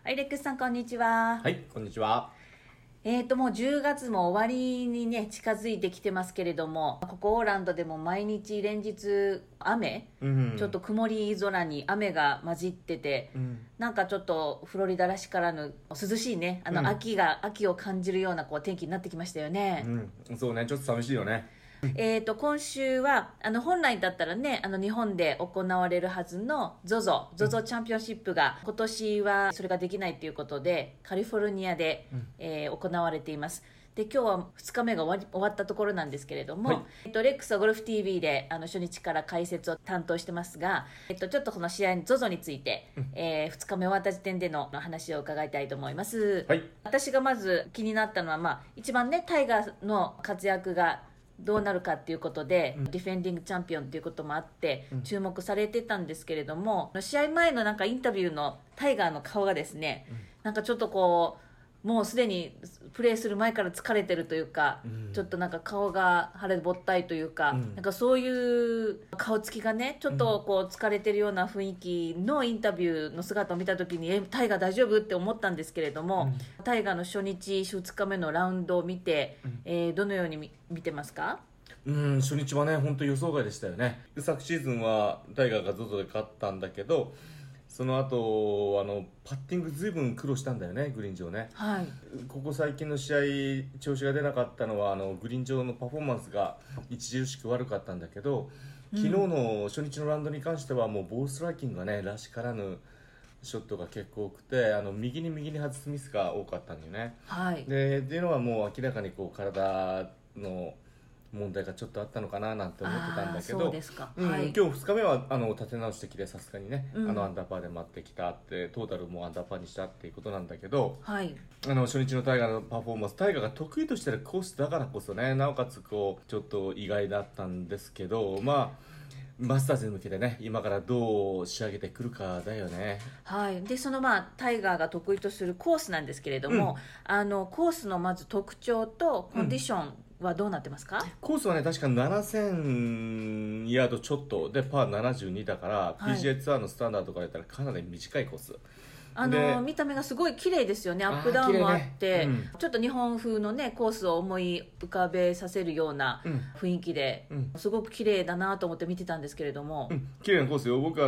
はい、レックスさんこんにちは。 はい、こんにちは。 もう10月も終わりにね近づいてきてますけれども、ここオーランドでも毎日連日雨、ちょっと曇り空に雨が混じってて、なんかちょっとフロリダらしからぬ涼しいね、秋を感じるような天気になってきましたよね。 そうね、ちょっと寂しいよね。 今週は本来だったらね日本で行われるはずの ZOZO チャンピオンシップが今年はそれができないということでカリフォルニアで、行われています。で今日は2日目が終わったところなんですけれども、 はい、 レックスはゴルフ TV で初日から解説を担当してますが、ちょっとこの試合 ZOZO について、2日目終わった時点での話を伺いたいと思います。 はい、 私がまず気になったのは、一番ねタイガーの活躍がどうなるかっていうことで、ディフェンディングチャンピオンっていうこともあって注目されてたんですけれども、試合前のインタビューのタイガーの顔がですね、なんかちょっともうすでにプレーする前から疲れてるというか、ちょっと顔が腫れぼったいというか、なんかそういう顔つきがねちょっと疲れてるような雰囲気のインタビューの姿を見た時にタイガー大丈夫って思ったんですけれども、タイガーの初日2日目のラウンドを見て、どのように見てますか？ 初日はね本当予想外でしたよね。昨シーズンはタイガーが ZOZO で勝ったんだけど、その後パッティングずいぶん苦労したんだよね、グリーン上ね。 はい、 ここ最近の試合調子が出なかったのはグリーン上のパフォーマンスが著しく悪かったんだけど、昨日の初日のラウンドに関してはもうボールストライキングがねらしからぬショットが結構多くて、右に外すミスが多かったんだよね。 はい、 でっていうのはもう明らかに体の問題がちょっとあったのかななんて思ってたんだけど、 そうですか、はい、 今日2日目は立て直してきて、さすがにね、アンダーパーで待ってきたってトータルもアンダーパーにしたっていうことなんだけど、 はい、 初日のタイガーのパフォーマンス、タイガーが得意としてるコースだからこそね、なおかつちょっと意外だったんですけど、マスターズに向けてね今からどう仕上げてくるかだよね。 はい、でそのタイガーが得意とするコースなんですけれども、コースのまず特徴とコンディションはどうなってますか？ コースはね確か7000ヤードちょっとでパー72だから、 はい、 PGA ツアーのスタンダードから言ったらかなり短いコース見た目がすごい綺麗ですよね。アップダウンもあって、ちょっと日本風のねコースを思い浮かべさせるような雰囲気で、すごく綺麗だなと思って見てたんですけれども、 綺麗なコースよ。僕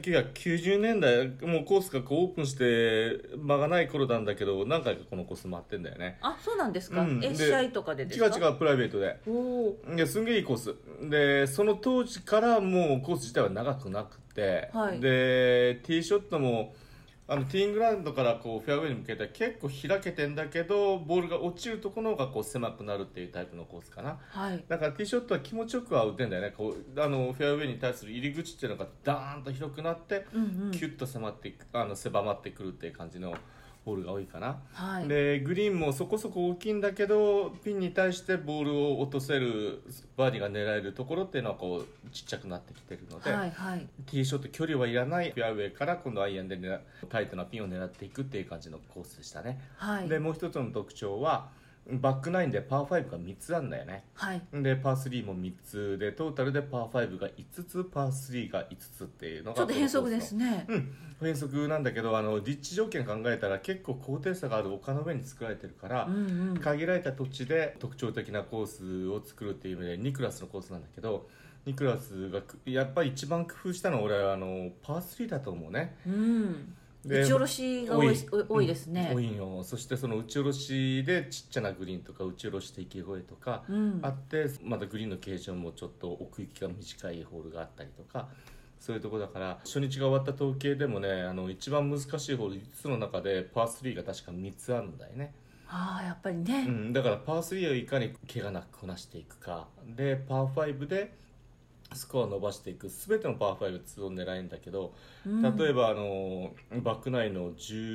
1990年代もうコースがオープンして間がない頃なんだけど、何回かこのコース回ってんだよね。 あ、そうなんですか。試合とかでですか？ 違うプライベートですんげえいいコースで、その当時からもうコース自体は長くなくて、 はい、 でティーショットもティーイングラウンドからフェアウェイに向けて結構開けてんだけど、ボールが落ちるところが狭くなるっていうタイプのコースかな。 はい、 だからティーショットは気持ちよくは打てんだよね。フェアウェイに対する入り口っていうのがダーンと広くなって、キュッと狭まってくるっていう感じのボールが多いかな。 はい、 でグリーンもそこそこ大きいんだけど、ピンに対してボールを落とせるバーディーが狙えるところっていうのはちっちゃくなってきてるので、 はいはい、 ティーショット距離はいらないフェアウェイから今度アイアンでタイトなピンを狙っていくっていう感じのコースでしたね。 はい、 でもう一つの特徴はバックナインでパー5が3つあるんだよね。 はい、 でパー3も3つでトータルでパー5が5つパー3が5つっていうのがちょっと変則ですね。 変則なんだけど、立地条件考えたら結構高低差がある丘の上に作られてるから、限られた土地で特徴的なコースを作るっていう意味でニクラスのコースなんだけど、ニクラスがやっぱり一番工夫したのは俺はパー3だと思うね。 打ち下ろしが多いですね。 多いよ。そしてその打ち下ろしでちっちゃなグリーンとか打ち下ろして池越えとかあって、またグリーンの形状もちょっと奥行きが短いホールがあったりとか、そういうところだから初日が終わった統計でもね一番難しいホール5つの中でパー3が確か3つあるんだよね。 やっぱりね、 だからパー3をいかに怪我なくこなしていくかで、パー5でスコアを伸ばしていく。全てのパー5を狙いんだけど、例えばバックナインの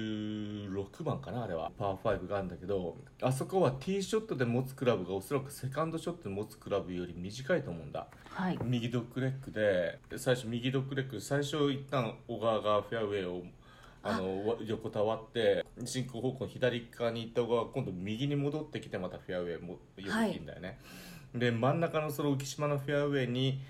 16番かな、あれはパー5があるんだけど、あそこはティーショットで持つクラブがおそらくセカンドショットで持つクラブより短いと思うんだ。 はい、 右ドッグレッグで最初一旦小川がフェアウェイを横たわって進行方向の左側に行った小川が今度右に戻ってきてまたフェアウェイも横切るんだよね。で真ん中のその浮島のフェアウェイに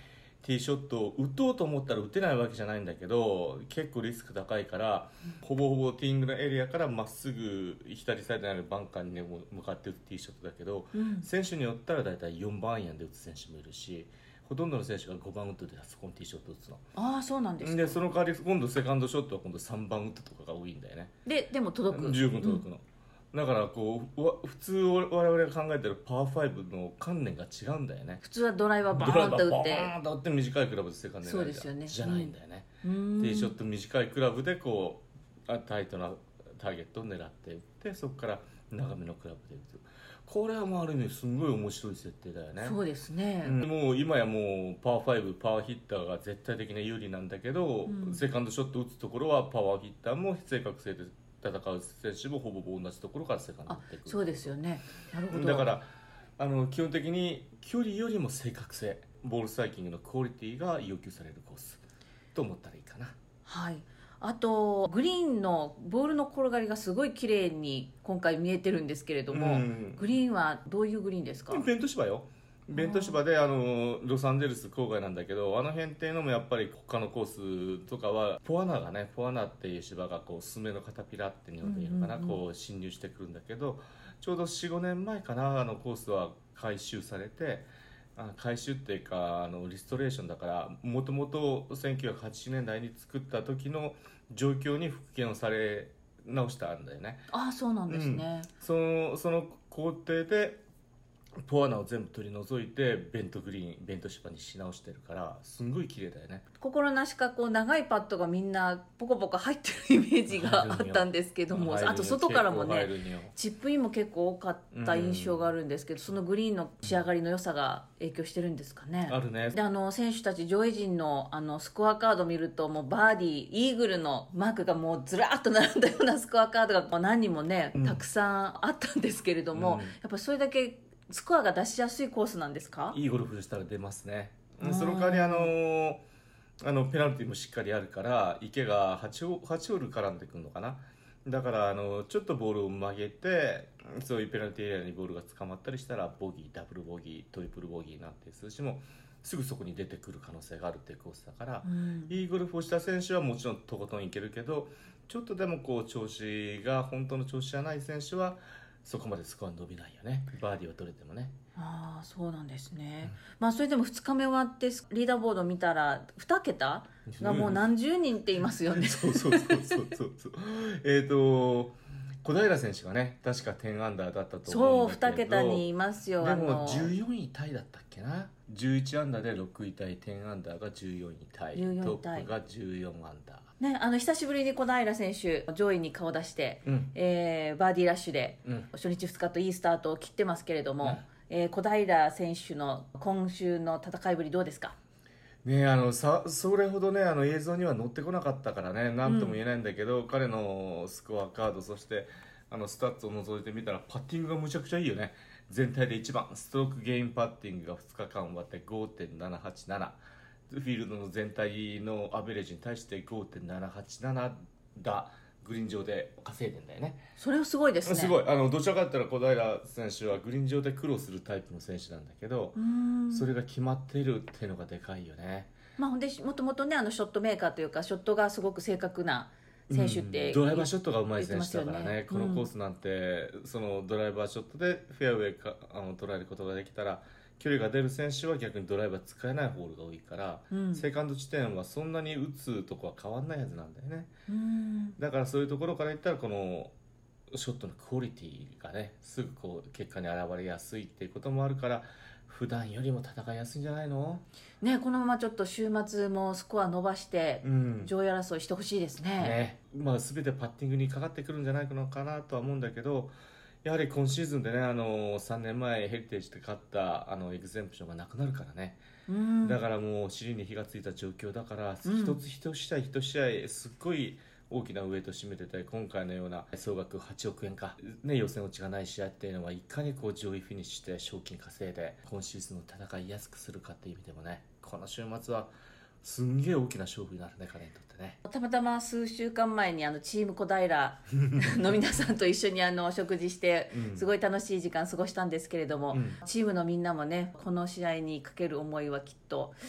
ティーショットを打とうと思ったら打てないわけじゃないんだけど、結構リスク高いから、ほぼほぼティーイングのエリアからまっすぐ左サイドにあるバンカーに、ね、向かって打つティーショットだけど、選手によったらだいたい4番アイアンで打つ選手もいるし、ほとんどの選手が5番ウッドであそこにティーショット打つの。 ああ、そうなんですか。 でその代わり今度セカンドショットは今度3番ウッドとかが多いんだよね。 でも届く、 十分届くの、だからこう普通我々が考えてるパワー5の観念が違うんだよね。 普通はドライバーバーンと打ってバーンと打って短いクラブでセカンド狙いそうですよねじゃないんだよね、 ティティーショット短いクラブでこうタイトなターゲットを狙って打って、そこから長めのクラブで打つ。これはもうある意味すごい面白い設定だよね。 そうですね、 もう今やもうパワー5パワーヒッターが絶対的な有利なんだけど、セカンドショット打つところはパワーヒッターも正確性で戦う選手もほぼ同じところからセカンド打っていく。 そうですよね。なるほど。 だから基本的に距離よりも正確性、ボールストライキングのクオリティが要求されるコースと思ったらいいかな。 はい。あとグリーンのボールの転がりがすごい綺麗に今回見えてるんですけれども、グリーンはどういうグリーンですか？ ベント芝よ。ベント芝でロサンゼルス郊外なんだけど、あの辺っていうのもやっぱり他のコースとかはポアナがね、ポアナっていう芝がこうスズメのカタピラって日本でいいのかな、こう侵入してくるんだけど、ちょうど 4,5 年前かな、コースは改修されて、改修っていうかリストレーションだから、もともと1980年代に作った時の状況に復元をされ直したんだよね。 ああ、そうなんですね、 その工程でポアナを全部取り除いてベントグリーン、ベント芝にし直してるから、すんごい綺麗だよね。 心なしかこう長いパットがみんなポコポコ入ってるイメージがあったんですけども、あと外からもねチップインも結構多かった印象があるんですけど、そのグリーンの仕上がりの良さが影響してるんですかね。 あるね。 で選手たち上位陣のスコアカード見ると、もうバーディーイーグルのマークがもうずらっと並んだようなスコアカードがもう何人もね、たくさんあったんですけれども、やっぱりそれだけスコアが出しやすいコースなんですか？ いいゴルフしたら出ますね。その代わりペナルティもしっかりあるから、池が8ホール絡んでくるのかな。だからちょっとボールを曲げて、そういうペナルティエリアにボールが捕まったりしたらボギー、ダブルボギー、トリプルボギーなんていう数字もすぐそこに出てくる可能性があるっていうコースだから、いいゴルフをした選手はもちろんとことんいけるけど、ちょっとでもこう調子が本当の調子じゃない選手はそこまでスコア伸びないよね。バーディーは取れてもね。 ああ、そうなんですね、それでも2日目終わってリーダーボード見たら2桁がもう何十人っていますよね。 そう小平選手がね、確か10アンダーだったと思うんだけど、 そう2桁にいますよ。 でも14位タイだったっけな。11アンダーで6位タイ、10アンダーが14位タイ、トップが14アンダーね、久しぶりに小平選手上位に顔出して、バーディーラッシュで、初日2日といいスタートを切ってますけれども、小平選手の今週の戦いぶりどうですか？ ね、それほどね映像には載ってこなかったからね、何とも言えないんだけど、彼のスコアカード、そしてスタッツを覗いてみたらパッティングがむちゃくちゃいいよね。全体で一番ストロークゲインパッティングが2日間終わって 5.787、 フィールドの全体のアベレージに対して 5.787 だグリーン上で稼いでんだよね。 それはすごいですね。 すごい。どちらかというと小平選手はグリーン上で苦労するタイプの選手なんだけど、それが決まっているっていうのがでかいよね。 ほんでもともとねショットメーカーというかショットがすごごく正確な選手って、 ドライバーショットが上手い選手だからね。このコースなんて、そのドライバーショットでフェアウェイか捉えることができたら、距離が出る選手は逆にドライバー使えないホールが多いから、セカンド地点はそんなに打つとこは変わんないはずなんだよね。だからそういうところから言ったら、このショットのクオリティがね、すぐこう結果に現れやすいっていうこともあるから、普段よりも戦いやすいんじゃないのね。このままちょっと週末もスコア伸ばして上位争いしてほしいですね。 全てパッティングにかかってくるんじゃないのかなとは思うんだけど、やはり今シーズンでね3年前ヘリテージで勝ったエグゼンプションがなくなるからね。だからもう尻に火がついた状況だから、一つ一試合一試合すっごい大きなウエイトを占めてて、今回のような総額8億円か、予選落ちがない試合っていうのは、いかにこう上位フィニッシュして賞金稼いで今シーズンの戦いやすくするかっていう意味でもね、この週末はすんげえ大きな勝負になるね、彼にとってね。 たまたま数週間前にチーム小平の皆さんと一緒に食事してすごい楽しい時間過ごしたんですけれども、チームのみんなもね、この試合にかける思いはきっと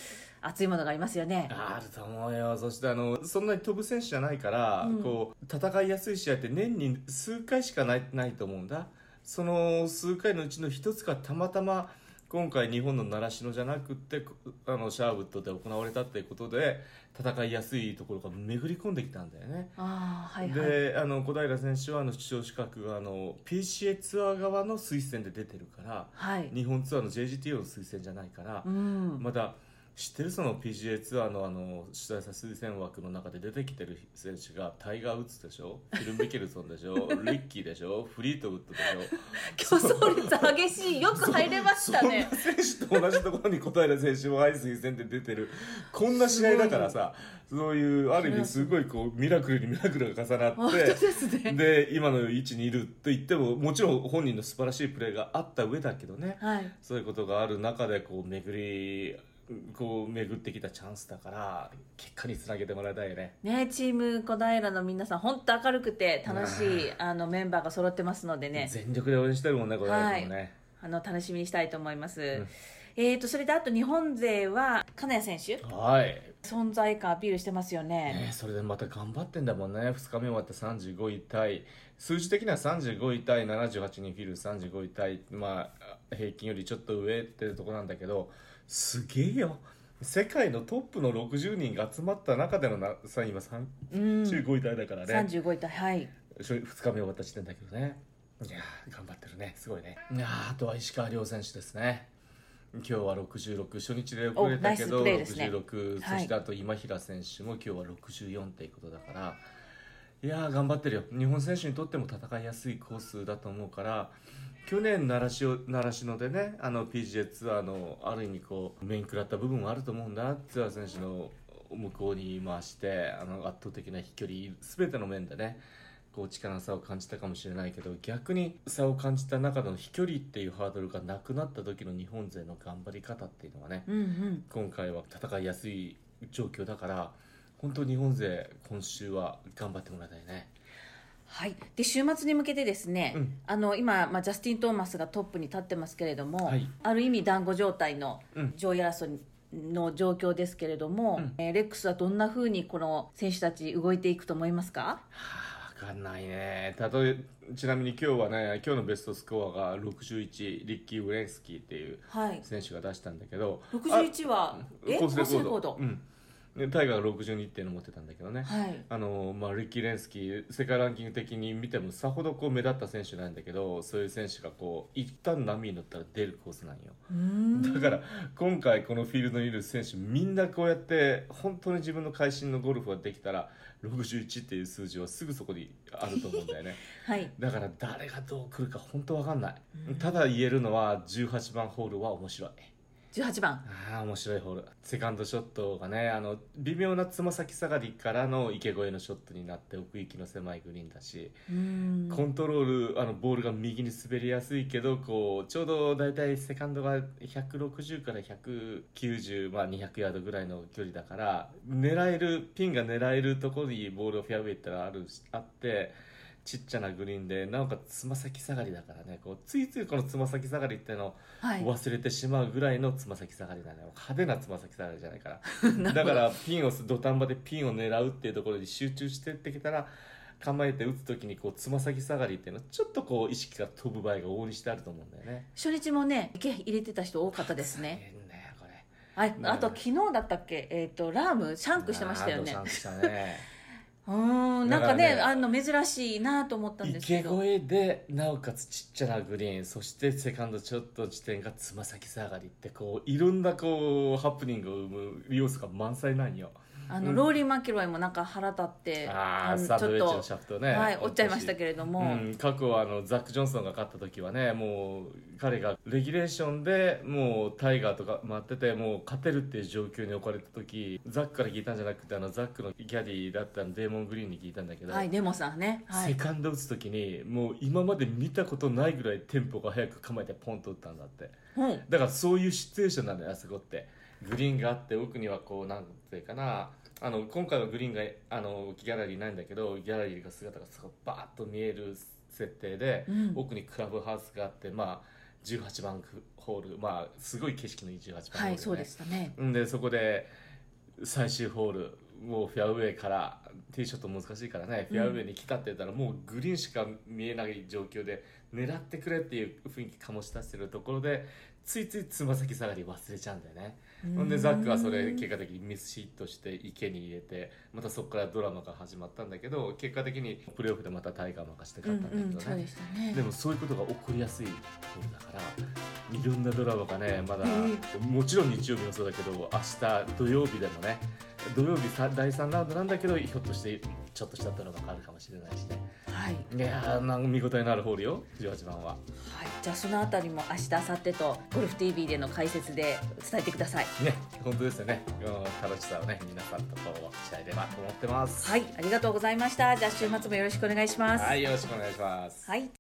熱いものがありますよね。 あると思うよ。そしてそんなに飛ぶ選手じゃないから、こう戦いやすい試合って年に数回しかないと思うんだ。その数回のうちの一つがたまたま今回日本の習志野じゃなくってシャーウッドで行われたっていうことで戦いやすいところが巡り込んできたんだよね。で小平選手は出場資格がPCA ツアー側の推薦で出てるから、日本ツアーの JGTO の推薦じゃないから、まだ知ってるその PGA ツアーの主催者推薦枠の中で出てきてる選手がタイガー・ウッズでしょ、フィル・ミケルソンでしょリッキーでしょ、フリートウッドでしょ。 競争率激しい。よく入れましたね。 そんな選手と同じところに小平選手も推薦で出てるこんな試合だからさ、そういうある意味すごいこうミラクルにミラクルが重なって、で今の位置にいると言ってももちろん本人の素晴らしいプレーがあった上だけどね、そういうことがある中でこう巡ってきたチャンスだから結果につなげてもらいたいよね。 チーム小平の皆さん本当明るくて楽しいメンバーが揃ってますのでね、 全力で応援してるもんね、小平君もね。 楽しみにしたいと思います。それであと日本勢は金谷選手、存在感アピールしてますよね。 それでまた頑張ってんだもんね。2日目終わって35位タイ、数字的には35位タイ、78人フィル35位タイ、平均よりちょっと上っていうところなんだけど、すげえよ。世界のトップの60人が集まった中での今35位タイだからね。 35位タイ、 2日目終わった時点だけどね。いや頑張ってるね、すごいね。あとは石川遼選手ですね。今日は66、初日で遅れたけど66、そしてあと今平選手も今日は64っていうことだから、いや頑張ってるよ。日本選手にとっても戦いやすいコースだと思うから、去年習志野でね、PGA ツアーのある意味こう面食らった部分はあると思うんだ。ツアー選手の向こうに回して圧倒的な飛距離全ての面でね、こう力の差を感じたかもしれないけど、逆に差を感じた中での飛距離っていうハードルがなくなった時の日本勢の頑張り方っていうのはね、今回は戦いやすい状況だから、本当に日本勢今週は頑張ってもらいたいね。 で週末に向けてですね、今、ジャスティン・トーマスがトップに立ってますけれども、ある意味団子状態の上位争いの状況ですけれども、レックスはどんな風にこの選手たち動いていくと思いますか？ 分かんないね。ちなみに今日はね、今日のベストスコアが61、リッキー・ウレンスキーっていう選手が出したんだけど、 61はコースレコード、タイガーが62っていうのを持ってたんだけどね、リッキー・レンスキー世界ランキング的に見てもさほどこう目立った選手なんだけど、そういう選手がこう一旦波に乗ったら出るコースなんよ。だから今回このフィールドにいる選手みんなこうやって本当に自分の会心のゴルフができたら61っていう数字はすぐそこにあると思うんだよね。だから誰がどう来るか本当分かんない。ただ言えるのは18番ホールは面白い。 18番面白いホール。セカンドショットがね、微妙なつま先下がりからの池越えのショットになって奥行きの狭いグリーンだし、コントロールボールが右に滑りやすいけど、こうちょうどだいたいセカンドが160から190、200ヤードぐらいの距離だから、ピンが狙えるところにボールをフェアウェイってあってちっちゃなグリーンで、なおかつつま先下がりだからね、こうついついこのつま先下がりっていうのを忘れてしまうぐらいのつま先下がりだね。派手なつま先下がりじゃないからだから土壇場でピンを狙うっていうところに集中してってきたら、構えて打つ時にこうつま先下がりっていうのはちょっとこう意識が飛ぶ場合が往々にしてあると思うんだよね。 初日もね池入れてた人多かったですね。あと昨日だったっけ、ラームシャンクしてましたよね。 シャンクしたねなんかね珍しいなと思ったんですけど、 池越えでなおかつちっちゃなグリーン、そしてセカンドちょっと地点がつま先下がりってこういろんなこうハプニングを生む要素が満載なんよ。 ローリー・マキロイもなんか腹立ってサブウェッジのシャフトね、 折っちゃいましたけれども、 過去はザック・ジョンソンが勝った時はね、もう彼がレギュレーションでもうタイガーとか待っててもう勝てるっていう状況に置かれた時、ザックから聞いたんじゃなくてザックのキャディーだったデーモン・グリーンに聞いたんだけど、 デモさんね、 セカンド打つ時にもう今まで見たことないぐらいテンポが速く構えてポンと打ったんだって、だからそういうシチュエーションなんだよ。あそこってグリーンがあって奥にはこうなんていうかな、今回はグリーンがギャラリーないんだけど、ギャラリーが姿がすごいバーッと見える設定で、奥にクラブハウスがあって、 18番ホール、まあすごい景色のいい18番ホール、ね、 はい、そうでしたね。 でそこで最終ホール、もうフェアウェイからティーショット難しいからね、フェアウェイに来たって言ったらもうグリーンしか見えない状況で狙ってくれっていう雰囲気醸し出してるところでついついつま先下がり忘れちゃうんだよね。ほんでザックはそれ結果的にミスシットして池に入れて、またそこからドラマが始まったんだけど、結果的にプレーオフでまたタイガー任せて勝ったんだけどね、 そうでしたね。 でもそういうことが起こりやすいホールだからいろんなドラマがねまだ、もちろん日曜日もそうだけど明日土曜日でもね、土曜日第3ラウンドなんだけどひょっとしてちょっとしたドラマがあるかもしれないしね。 はい、 いやーなんか見応えのあるホールよ18番は。 はい、じゃあそのあたりも明日明後日とゴルフ TV での解説で伝えてください。 ね、本当ですよね。楽しさをね皆さんとこう伝えればと思ってます。 はい、ありがとうございました。じゃあ週末もよろしくお願いします。 はい、よろしくお願いします。 はい。